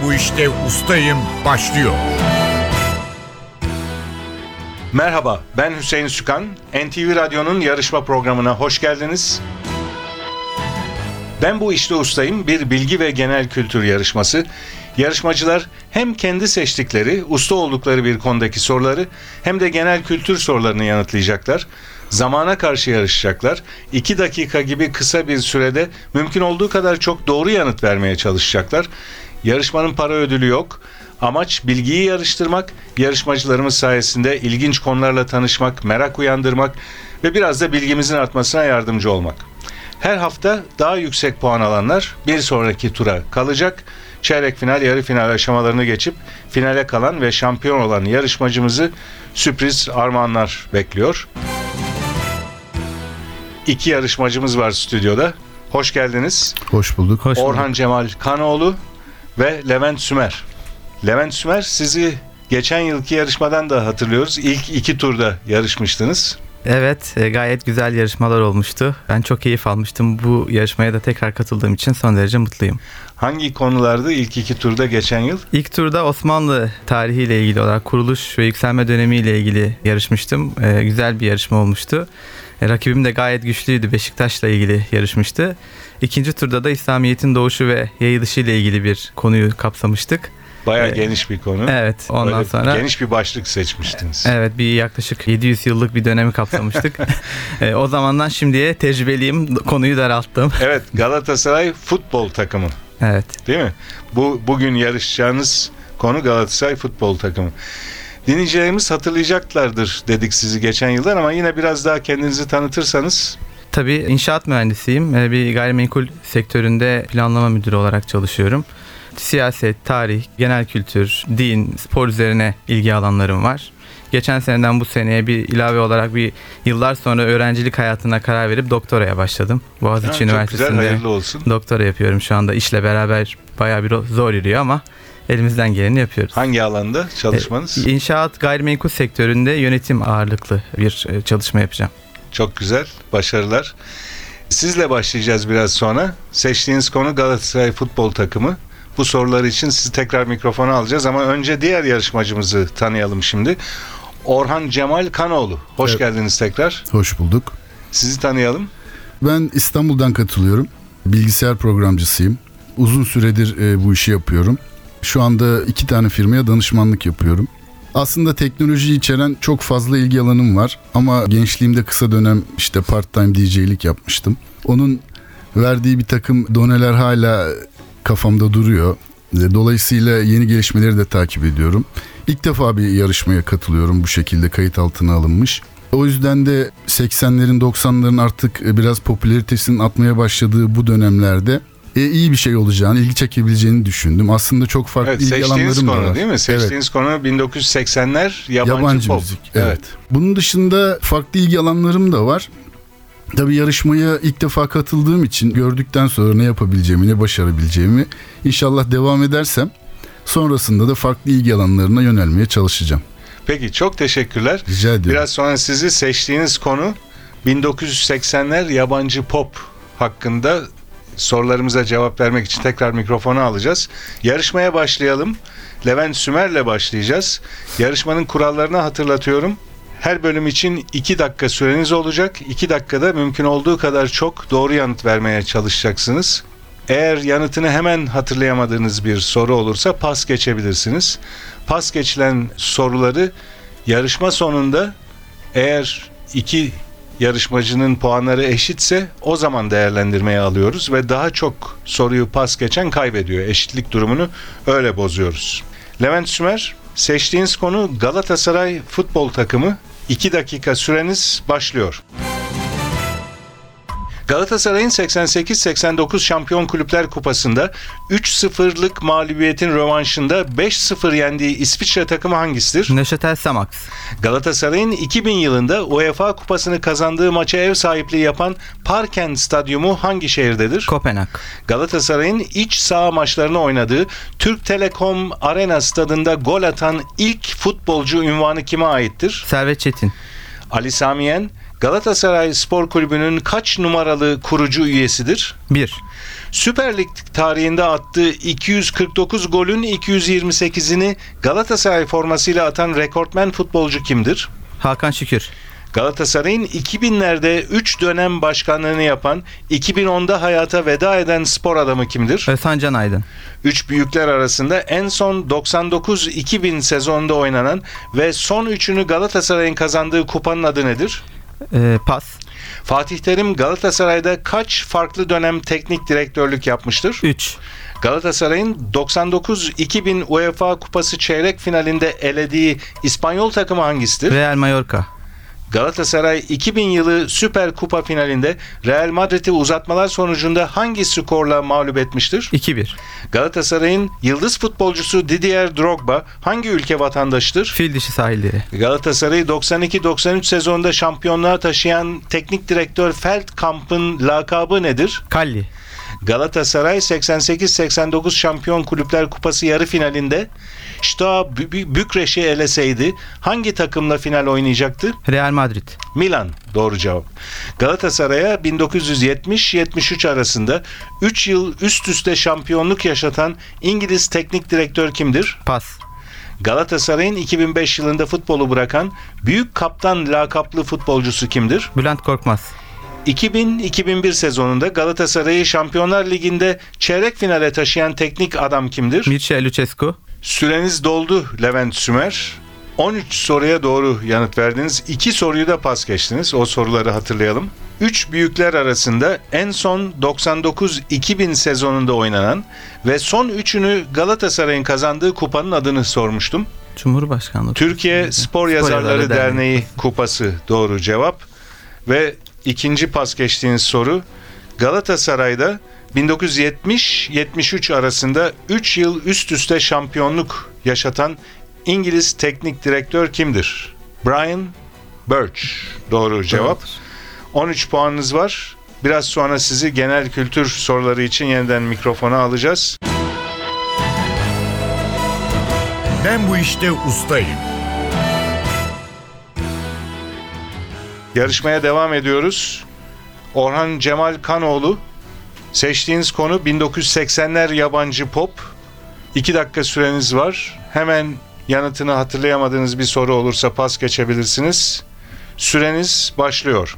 bu işte ustayım başlıyor. Merhaba, ben Hüseyin Sükan. NTV Radyo'nun yarışma programına hoş geldiniz. Ben bu işte ustayım bir bilgi ve genel kültür yarışması. Yarışmacılar hem kendi seçtikleri, usta oldukları bir konudaki soruları hem de genel kültür sorularını yanıtlayacaklar. Zamana karşı yarışacaklar. 2 dakika gibi kısa bir sürede mümkün olduğu kadar çok doğru yanıt vermeye çalışacaklar. Yarışmanın para ödülü yok. Amaç bilgiyi yarıştırmak, yarışmacılarımız sayesinde ilginç konularla tanışmak, merak uyandırmak ve biraz da bilgimizin artmasına yardımcı olmak. Her hafta daha yüksek puan alanlar bir sonraki tura kalacak. Çeyrek final, yarı final aşamalarını geçip finale kalan ve şampiyon olan yarışmacımızı sürpriz armağanlar bekliyor. 2 yarışmacımız var stüdyoda. Hoş geldiniz. Hoş bulduk. Orhan Cemal Kanoğlu ve Levent Sümer. Levent Sümer, sizi geçen yılki yarışmadan da hatırlıyoruz. İlk 2 turda yarışmıştınız. Evet, gayet güzel yarışmalar olmuştu. Ben çok keyif almıştım. Bu yarışmaya da tekrar katıldığım için son derece mutluyum. Hangi konulardı ilk 2 turda geçen yıl? İlk turda Osmanlı tarihiyle ilgili olarak kuruluş ve yükselme dönemiyle ilgili yarışmıştım. Güzel bir yarışma olmuştu. Rakibim de gayet güçlüydü. Beşiktaş'la ilgili yarışmıştı. İkinci turda da İslamiyet'in doğuşu ve yayılışı ile ilgili bir konuyu kapsamıştık. Bayağı geniş bir konu. Evet, ondan böyle sonra geniş bir başlık seçmiştiniz. Evet, bir yaklaşık 700 yıllık bir dönemi kapsamıştık. O zamandan şimdiye tecrübeliyim, konuyu daralttım. Evet, Galatasaray futbol takımı. Evet. Değil mi? Bugün yarışacağınız konu Galatasaray futbol takımı. Dinleyicilerimiz hatırlayacaklardır dedik sizi geçen yıldan ama yine biraz daha kendinizi tanıtırsanız. Tabii inşaat mühendisiyim. Bir gayrimenkul sektöründe planlama müdürü olarak çalışıyorum. Siyaset, tarih, genel kültür, din, spor üzerine ilgi alanlarım var. Geçen seneden bu seneye bir ilave olarak bir yıllar sonra öğrencilik hayatına karar verip doktoraya başladım. Boğaziçi Üniversitesi'nde güzel, hayırlı olsun. Doktora yapıyorum şu anda. İşle beraber bayağı bir zor yürüyor ama elimizden geleni yapıyoruz. Hangi alanda çalışmanız? İnşaat, gayrimenkul sektöründe yönetim ağırlıklı bir çalışma yapacağım. Çok güzel, başarılar. Sizle başlayacağız biraz sonra. Seçtiğiniz konu Galatasaray futbol takımı. Bu sorular için sizi tekrar mikrofona alacağız ama önce diğer yarışmacımızı tanıyalım şimdi. Orhan Cemal Kanoğlu. Hoş geldiniz tekrar. Hoş bulduk. Sizi tanıyalım. Ben İstanbul'dan katılıyorum. Bilgisayar programcısıyım. Uzun süredir bu işi yapıyorum. Şu anda 2 tane firmaya danışmanlık yapıyorum. Aslında teknoloji içeren çok fazla ilgi alanım var. Ama gençliğimde kısa dönem işte part-time DJ'lik yapmıştım. Onun verdiği bir takım doneler hala kafamda duruyor. Dolayısıyla yeni gelişmeleri de takip ediyorum. İlk defa bir yarışmaya katılıyorum bu şekilde kayıt altına alınmış. O yüzden de 80'lerin 90'ların artık biraz popülaritesinin artmaya başladığı bu dönemlerde iyi bir şey olacağını, ilgi çekebileceğini düşündüm. Aslında çok farklı ilgi alanlarım da var. Seçtiğiniz konu değil mi? Seçtiğiniz konu 1980'ler yabancı pop. müzik. Evet. Bunun dışında farklı ilgi alanlarım da var. Tabii yarışmaya ilk defa katıldığım için gördükten sonra ne yapabileceğimi, ne başarabileceğimi inşallah devam edersem sonrasında da farklı ilgi alanlarına yönelmeye çalışacağım. Peki, çok teşekkürler. Rica ediyorum. Biraz sonra sizi seçtiğiniz konu 1980'ler yabancı pop hakkında sorularımıza cevap vermek için tekrar mikrofona alacağız. Yarışmaya başlayalım. Levent Sümer'le başlayacağız. Yarışmanın kurallarını hatırlatıyorum. Her bölüm için 2 dakika süreniz olacak. 2 dakikada mümkün olduğu kadar çok doğru yanıt vermeye çalışacaksınız. Eğer yanıtını hemen hatırlayamadığınız bir soru olursa pas geçebilirsiniz. Pas geçilen soruları yarışma sonunda eğer 2 yarışmacının puanları eşitse o zaman değerlendirmeye alıyoruz ve daha çok soruyu pas geçen kaybediyor. Eşitlik durumunu öyle bozuyoruz. Levent Sümer, seçtiğiniz konu Galatasaray futbol takımı. 2 dakika süreniz başlıyor. Galatasaray'ın 88-89 Şampiyon Kulüpler Kupası'nda 3-0'lık mağlubiyetin rövanşında 5-0 yendiği İsviçre takımı hangisidir? Neuchâtel Xamax. Galatasaray'ın 2000 yılında UEFA Kupası'nı kazandığı maça ev sahipliği yapan Parken Stadyumu hangi şehirdedir? Kopenhag. Galatasaray'ın iç saha maçlarını oynadığı Türk Telekom Arena stadında gol atan ilk futbolcu unvanı kime aittir? Servet Çetin. Ali Sami Yen, Galatasaray Spor Kulübü'nün kaç numaralı kurucu üyesidir? 1. Süper Lig tarihinde attığı 249 golün 228'ini Galatasaray formasıyla atan rekortmen futbolcu kimdir? Hakan Şükür. Galatasaray'ın 2000'lerde 3 dönem başkanlığını yapan, 2010'da hayata veda eden spor adamı kimdir? Özhan Can Aydın. 3 büyükler arasında en son 99-2000 sezonunda oynanan ve son 3'ünü Galatasaray'ın kazandığı kupanın adı nedir? Pas. Fatih Terim Galatasaray'da kaç farklı dönem teknik direktörlük yapmıştır? 3. Galatasaray'ın 99-2000 UEFA Kupası çeyrek finalinde elediği İspanyol takımı hangisidir? Real Mallorca. Galatasaray 2000 yılı Süper Kupa finalinde Real Madrid'i uzatmalar sonucunda hangi skorla mağlup etmiştir? 2-1. Galatasaray'ın yıldız futbolcusu Didier Drogba hangi ülke vatandaşıdır? Fil dişi sahilleri. Galatasaray'ı 92-93 sezonunda şampiyonluğa taşıyan teknik direktör Feldkamp'ın lakabı nedir? Kalli. Galatasaray 88-89 Şampiyon Kulüpler Kupası yarı finalinde Steaua Bükreş'i eleseydi hangi takımla final oynayacaktı? Real Madrid. Milan doğru cevap. Galatasaray'a 1970-73 arasında 3 yıl üst üste şampiyonluk yaşatan İngiliz teknik direktör kimdir? Pas. Galatasaray'ın 2005 yılında futbolu bırakan büyük kaptan lakaplı futbolcusu kimdir? Bülent Korkmaz. 2000-2001 sezonunda Galatasaray'ı Şampiyonlar Ligi'nde çeyrek finale taşıyan teknik adam kimdir? Mircea Lucescu. Süreniz doldu Levent Sümer. 13 soruya doğru yanıt verdiniz. 2 soruyu da pas geçtiniz. O soruları hatırlayalım. 3 büyükler arasında en son 99-2000 sezonunda oynanan ve son 3'ünü Galatasaray'ın kazandığı kupanın adını sormuştum. Cumhurbaşkanlığı. Türkiye Spor Yazarları Derneği Kupası doğru cevap. Ve ikinci pas geçtiğiniz soru, Galatasaray'da 1970-73 arasında 3 yıl üst üste şampiyonluk yaşatan İngiliz teknik direktör kimdir? Brian Birch doğru cevap. 13 puanınız var. Biraz sonra sizi genel kültür soruları için yeniden mikrofona alacağız. Ben bu işte ustayım. Yarışmaya devam ediyoruz. Orhan Cemal Kanoğlu. Seçtiğiniz konu 1980'ler yabancı pop. 2 dakika süreniz var. Hemen yanıtını hatırlayamadığınız bir soru olursa pas geçebilirsiniz. Süreniz başlıyor.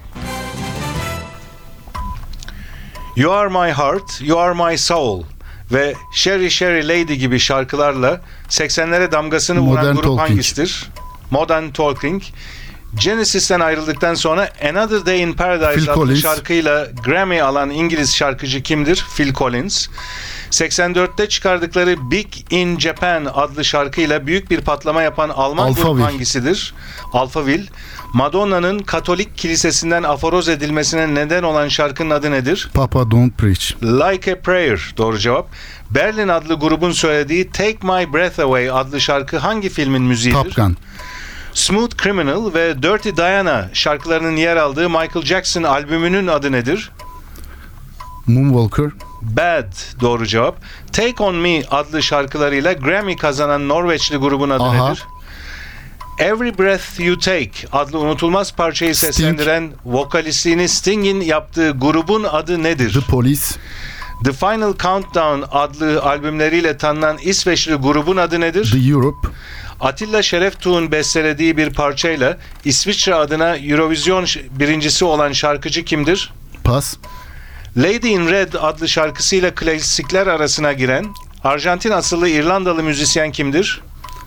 You Are My Heart, You Are My Soul ve Sherry Sherry Lady gibi şarkılarla 80'lere damgasını vuran Modern grup Talking. hangisidir? Modern Talking. Genesis'ten ayrıldıktan sonra Another Day in Paradise Phil adlı Collins. şarkıyla Grammy alan İngiliz şarkıcı kimdir? Phil Collins. 84'te çıkardıkları Big in Japan adlı şarkıyla büyük bir patlama yapan Alman grup Alphaville. hangisidir? Alphaville. Madonna'nın Katolik kilisesinden aforoz edilmesine neden olan şarkının adı nedir? Papa Don't Preach. Like a Prayer doğru cevap. Berlin adlı grubun söylediği Take My Breath Away adlı şarkı hangi filmin müziğidir? Top Gun. Smooth Criminal ve Dirty Diana şarkılarının yer aldığı Michael Jackson albümünün adı nedir? Moonwalker. Bad doğru cevap. Take On Me adlı şarkılarıyla Grammy kazanan Norveçli grubun adı Aha. nedir? Every Breath You Take adlı unutulmaz parçayı Sting. seslendiren vokalistliğini Sting'in yaptığı grubun adı nedir? The Police. The Final Countdown adlı albümleriyle tanınan İsveçli grubun adı nedir? The Europe. Atilla Şereftuğ'un bestelediği bir parçayla İsviçre adına Eurovision birincisi olan şarkıcı kimdir? Pas. Lady in Red adlı şarkısıyla klasikler arasına giren Arjantin asıllı İrlandalı müzisyen kimdir?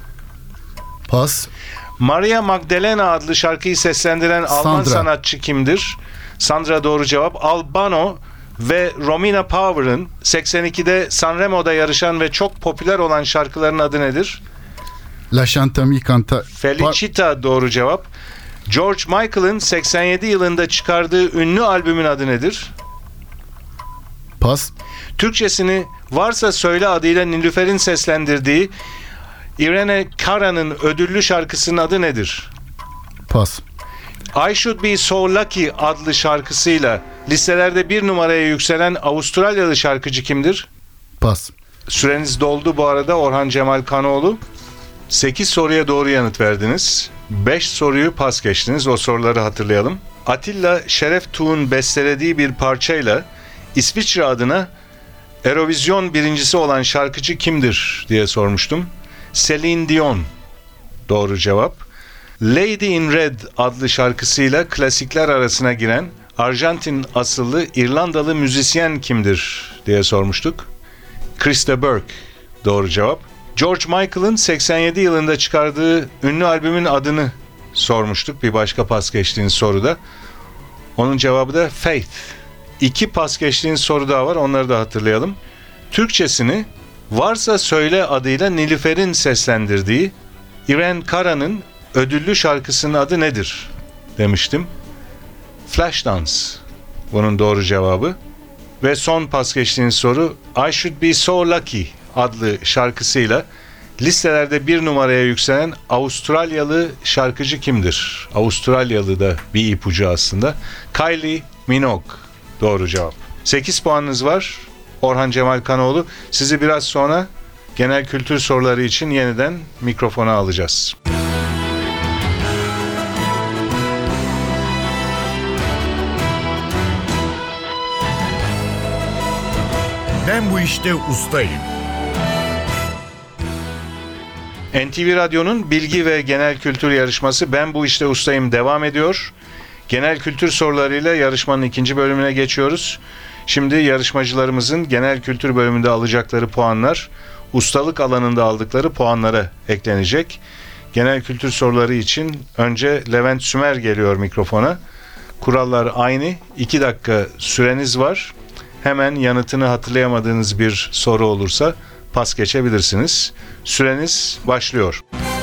Pas. Maria Magdalena adlı şarkıyı seslendiren Alman Sandra. sanatçı kimdir? Sandra doğru cevap. Albano ve Romina Power'ın 82'de Sanremo'da yarışan ve çok popüler olan şarkıların adı nedir? La Chanta Mi Canta. Felicita doğru cevap. George Michael'ın 87 yılında çıkardığı ünlü albümün adı nedir? Pas. Türkçesini Varsa Söyle adıyla Nilüfer'in seslendirdiği Irene Cara'nın ödüllü şarkısının adı nedir? Pas. I Should Be So Lucky adlı şarkısıyla listelerde bir numaraya yükselen Avustralyalı şarkıcı kimdir? Pas. Süreniz doldu bu arada Orhan Cemal Kanoğlu. 8 soruya doğru yanıt verdiniz. 5 soruyu pas geçtiniz. O soruları hatırlayalım. Atilla Şeref Tuğ'un bestelediği bir parçayla İsviçre adına Eurovision birincisi olan şarkıcı kimdir diye sormuştum. Celine Dion. Doğru cevap. Lady in Red adlı şarkısıyla klasikler arasına giren Arjantin asıllı İrlandalı müzisyen kimdir diye sormuştuk. Krista Burke. Doğru cevap. George Michael'ın 87 yılında çıkardığı ünlü albümün adını sormuştuk bir başka pas geçtiğiniz soruda. Onun cevabı da Faith. 2 pas geçtiğiniz soru daha var, onları da hatırlayalım. Türkçesini Varsa Söyle adıyla Nilüfer'in seslendirdiği İren Kara'nın ödüllü şarkısının adı nedir demiştim. Flashdance bunun doğru cevabı. Ve son pas geçtiğiniz soru I Should Be So Lucky adlı şarkısıyla listelerde 1 numaraya yükselen Avustralyalı şarkıcı kimdir? Avustralyalı da bir ipucu aslında. Kylie Minogue. Doğru cevap. 8 puanınız var. Orhan Cemal Kanoğlu. Sizi biraz sonra genel kültür soruları için yeniden mikrofona alacağız. Ben bu işte ustayım. NTV Radyo'nun bilgi ve genel kültür yarışması Ben Bu İşte Ustayım devam ediyor. Genel kültür sorularıyla yarışmanın 2. bölümüne geçiyoruz. Şimdi yarışmacılarımızın genel kültür bölümünde alacakları puanlar ustalık alanında aldıkları puanlara eklenecek. Genel kültür soruları için önce Levent Sümer geliyor mikrofona. Kurallar aynı. 2 dakika süreniz var. Hemen yanıtını hatırlayamadığınız bir soru olursa pas geçebilirsiniz. Süreniz başlıyor.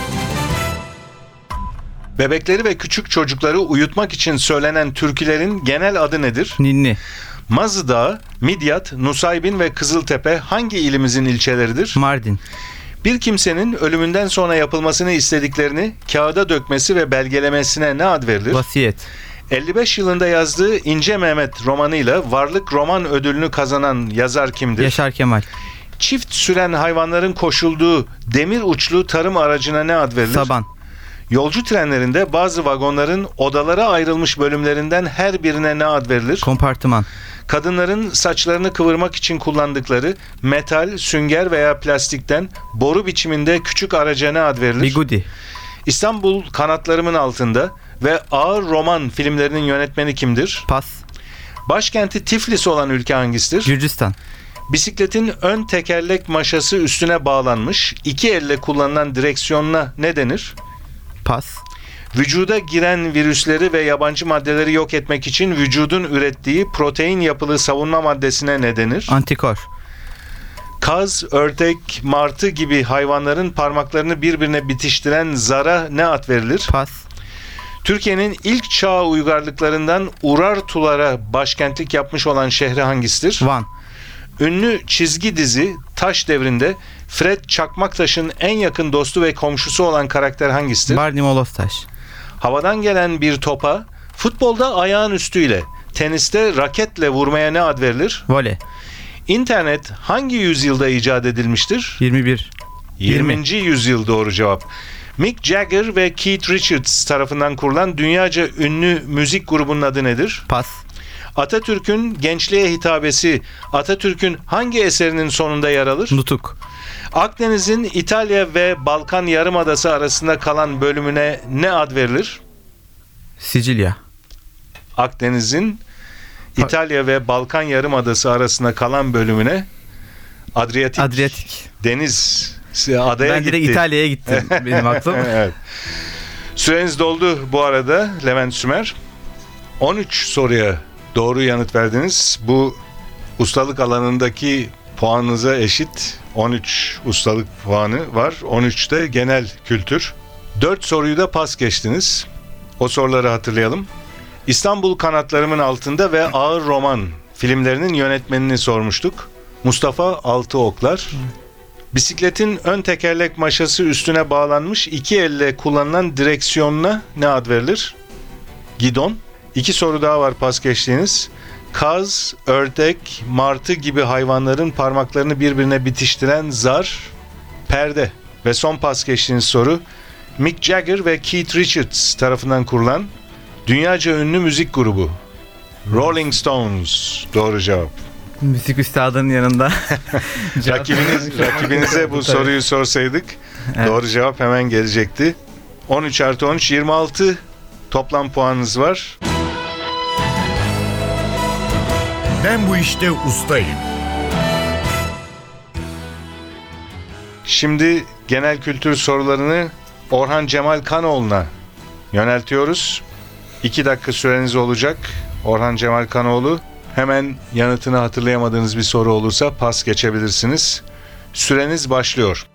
Bebekleri ve küçük çocukları uyutmak için söylenen türkülerin genel adı nedir? Ninni. Mazı Dağı, Midyat, Nusaybin ve Kızıltepe hangi ilimizin ilçeleridir? Mardin. Bir kimsenin ölümünden sonra yapılmasını istediklerini kağıda dökmesi ve belgelemesine ne ad verilir? Vasiyet. 55 yılında yazdığı İnce Mehmet romanıyla Varlık Roman ödülünü kazanan yazar kimdir? Yaşar Kemal. Çift süren hayvanların koşulduğu demir uçlu tarım aracına ne ad verilir? Saban. Yolcu trenlerinde bazı vagonların odalara ayrılmış bölümlerinden her birine ne ad verilir? Kompartıman. Kadınların saçlarını kıvırmak için kullandıkları metal, sünger veya plastikten boru biçiminde küçük araca ne ad verilir? Bigudi. İstanbul Kanatlarımın Altında ve Ağır Roman filmlerinin yönetmeni kimdir? Pas. Başkenti Tiflis olan ülke hangisidir? Gürcistan. Bisikletin ön tekerlek maşası üstüne bağlanmış, 2 elle kullanılan direksiyonuna ne denir? Pas. Vücuda giren virüsleri ve yabancı maddeleri yok etmek için vücudun ürettiği protein yapılı savunma maddesine ne denir? Antikor. Kaz, ördek, martı gibi hayvanların parmaklarını birbirine bitiştiren zara ne ad verilir? Pas. Türkiye'nin ilk çağ uygarlıklarından Urartulara başkentlik yapmış olan şehri hangisidir? Van. Ünlü çizgi dizi Taş Devri'nde Fred Çakmaktaş'ın en yakın dostu ve komşusu olan karakter hangisidir? Barney Molostaş. Havadan gelen bir topa futbolda ayağın üstüyle, teniste raketle vurmaya ne ad verilir? Voley. İnternet hangi yüzyılda icat edilmiştir? 21. 20. yüzyıl doğru cevap. Mick Jagger ve Keith Richards tarafından kurulan dünyaca ünlü müzik grubunun adı nedir? Pas. Atatürk'ün gençliğe hitabesi Atatürk'ün hangi eserinin sonunda yer alır? Nutuk. Akdeniz'in İtalya ve Balkan Yarımadası arasında kalan bölümüne ne ad verilir? Sicilya. Akdeniz'in İtalya ve Balkan Yarımadası arasında kalan bölümüne Adriyatik. Deniz adaya Ben gitti. direkt İtalya'ya gittim benim aklım. Evet. Süreniz doldu bu arada Levent Sümer. 13 soruya doğru yanıt verdiniz. Bu ustalık alanındaki puanınıza eşit 13 ustalık puanı var. 13 de genel kültür. 4 soruyu da pas geçtiniz. O soruları hatırlayalım. İstanbul Kanatlarımın Altında ve Ağır Roman filmlerinin yönetmenini sormuştuk. Mustafa Altıoklar. Bisikletin ön tekerlek maşası üstüne bağlanmış 2 elle kullanılan direksiyonuna ne ad verilir? Gidon. 2 soru daha var pas geçtiğiniz. Kaz, ördek, martı gibi hayvanların parmaklarını birbirine bitiştiren zar, perde. Ve son pas geçtiğiniz soru. Mick Jagger ve Keith Richards tarafından kurulan dünyaca ünlü müzik grubu. Rolling Stones. Doğru cevap. Müzik üstadının yanında. Rakibinize bu soruyu sorsaydık Evet. doğru cevap hemen gelecekti. 13 artı 13 26 toplam puanınız var. Ben bu işte ustayım. Şimdi genel kültür sorularını Orhan Cemal Kanoğlu'na yöneltiyoruz. 2 dakika süreniz olacak. Orhan Cemal Kanoğlu, hemen yanıtını hatırlayamadığınız bir soru olursa pas geçebilirsiniz. Süreniz başlıyor.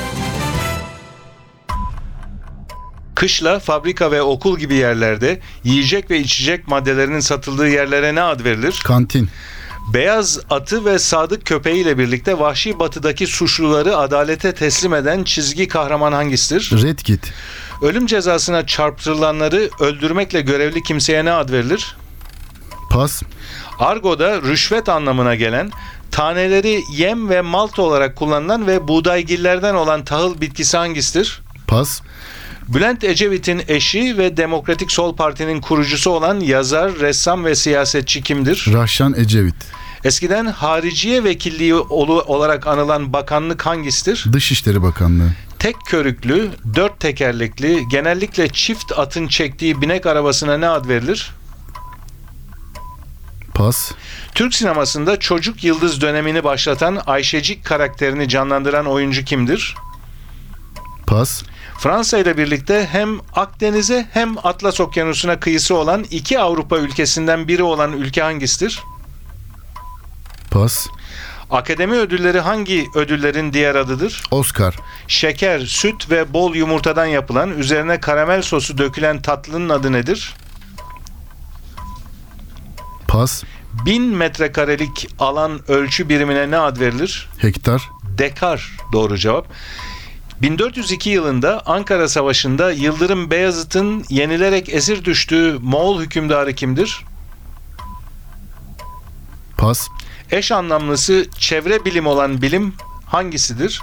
Kışla fabrika ve okul gibi yerlerde yiyecek ve içecek maddelerinin satıldığı yerlere ne ad verilir? Kantin. Beyaz atı ve sadık köpeğiyle birlikte Vahşi Batı'daki suçluları adalete teslim eden çizgi kahraman hangisidir? Red Kit. Ölüm cezasına çarptırılanları öldürmekle görevli kimseye ne ad verilir? Pas. Argo'da rüşvet anlamına gelen, taneleri yem ve malt olarak kullanılan ve buğdaygillerden olan tahıl bitkisi hangisidir? Pas. Bülent Ecevit'in eşi ve Demokratik Sol Parti'nin kurucusu olan yazar, ressam ve siyasetçi kimdir? Rahşan Ecevit. Eskiden hariciye vekilliği olarak anılan bakanlık hangisidir? Dışişleri Bakanlığı. Tek körüklü, 4 tekerlekli, genellikle çift atın çektiği binek arabasına ne ad verilir? Pas. Türk sinemasında çocuk yıldız dönemini başlatan Ayşecik karakterini canlandıran oyuncu kimdir? Pas. Fransa ile birlikte hem Akdeniz'e hem Atlas Okyanusu'na kıyısı olan 2 Avrupa ülkesinden biri olan ülke hangisidir? Pas. Akademi ödülleri hangi ödüllerin diğer adıdır? Oscar. Şeker, süt ve bol yumurtadan yapılan, üzerine karamel sosu dökülen tatlının adı nedir? Pas. 1000 metrekarelik alan ölçü birimine ne ad verilir? Hektar. Dekar doğru cevap. 1402 yılında Ankara Savaşı'nda Yıldırım Beyazıt'ın yenilerek esir düştüğü Moğol hükümdarı kimdir? Pas. Eş anlamlısı çevre bilim olan bilim hangisidir?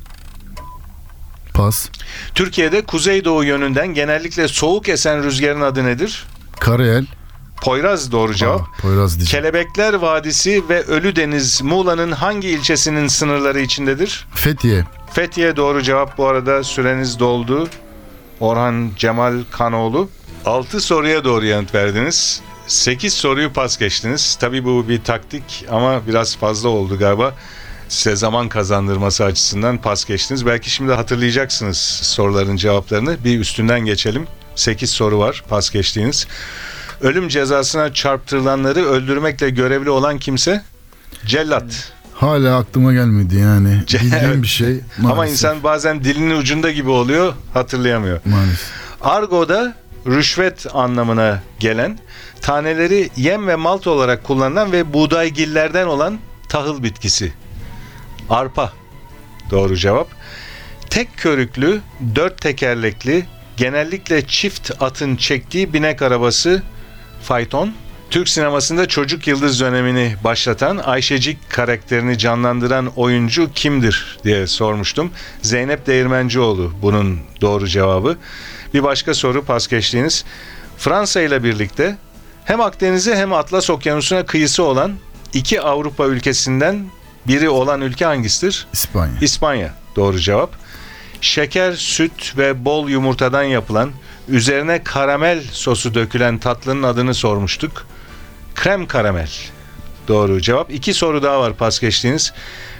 Pas. Türkiye'de kuzeydoğu yönünden genellikle soğuk esen rüzgarın adı nedir? Karayel. Poyraz doğru cevap. Poyraz diyeceğim. Kelebekler Vadisi ve Ölüdeniz Muğla'nın hangi ilçesinin sınırları içindedir? Fethiye. Fethiye doğru cevap. Bu arada süreniz doldu. Orhan Cemal Kanoğlu. 6 soruya doğru yanıt verdiniz. 8 soruyu pas geçtiniz. Tabii bu bir taktik ama biraz fazla oldu galiba. Size zaman kazandırması açısından pas geçtiniz. Belki şimdi hatırlayacaksınız soruların cevaplarını. Bir üstünden geçelim. 8 soru var pas geçtiğiniz. Ölüm cezasına çarptırılanları öldürmekle görevli olan kimse? Cellat. Hala aklıma gelmedi yani. Bildiğim bir şey. Maalesef. Ama insan bazen dilinin ucunda gibi oluyor, hatırlayamıyor. Maalesef. Argo'da rüşvet anlamına gelen, taneleri yem ve malt olarak kullanılan ve buğdaygillerden olan tahıl bitkisi. Arpa. Doğru cevap. Tek körüklü, 4 tekerlekli, genellikle çift atın çektiği binek arabası fayton. Türk sinemasında çocuk yıldız dönemini başlatan Ayşecik karakterini canlandıran oyuncu kimdir diye sormuştum. Zeynep Değirmencioğlu bunun doğru cevabı. Bir başka soru pas geçtiğiniz. Fransa ile birlikte hem Akdeniz'e hem Atlas Okyanusu'na kıyısı olan 2 Avrupa ülkesinden biri olan ülke hangisidir? İspanya. İspanya. Doğru cevap. Şeker, süt ve bol yumurtadan yapılan, üzerine karamel sosu dökülen tatlının adını sormuştuk. Krem karamel. Doğru cevap. 2 soru daha var pas geçtiğiniz.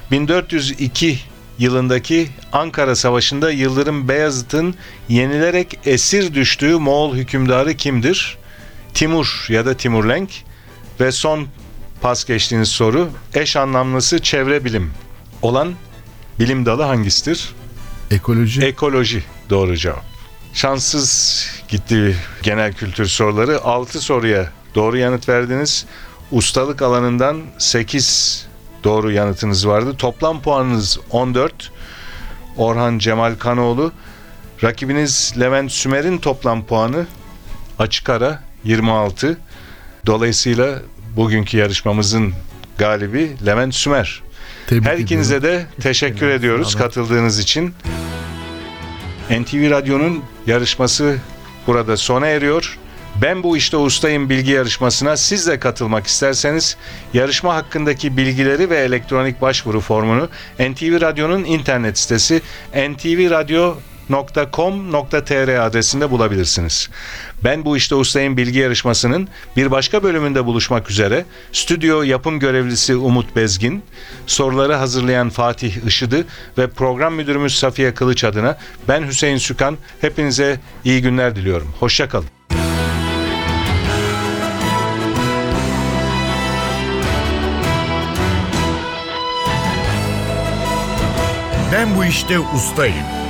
1402 yılındaki Ankara Savaşı'nda Yıldırım Beyazıt'ın yenilerek esir düştüğü Moğol hükümdarı kimdir? Timur ya da Timurlenk. Ve son pas geçtiğiniz soru, eş anlamlısı çevre bilim olan bilim dalı hangisidir? Ekoloji. Ekoloji doğru cevap. Şanssız gitti genel kültür soruları. 6 soruya doğru yanıt verdiniz. Ustalık alanından 8 doğru yanıtınız vardı. Toplam puanınız 14. Orhan Cemal Kanoğlu. Rakibiniz Levent Sümer'in toplam puanı açık ara 26. Dolayısıyla bugünkü yarışmamızın galibi Levent Sümer. Tebrik Her ikinize ediyorum. de teşekkür ediyoruz katıldığınız için. NTV Radyo'nun yarışması burada sona eriyor. Ben bu işte ustayım bilgi yarışmasına siz de katılmak isterseniz yarışma hakkındaki bilgileri ve elektronik başvuru formunu NTV Radyo'nun internet sitesi ntvradio.com.tr adresinde bulabilirsiniz. Ben bu işte ustayım bilgi yarışmasının bir başka bölümünde buluşmak üzere. Stüdyo yapım görevlisi Umut Bezgin, soruları hazırlayan Fatih Işıdı ve program müdürümüz Safiye Kılıç adına ben Hüseyin Sükan. Hepinize iyi günler diliyorum. Hoşça kalın. Ben bu işte ustayım.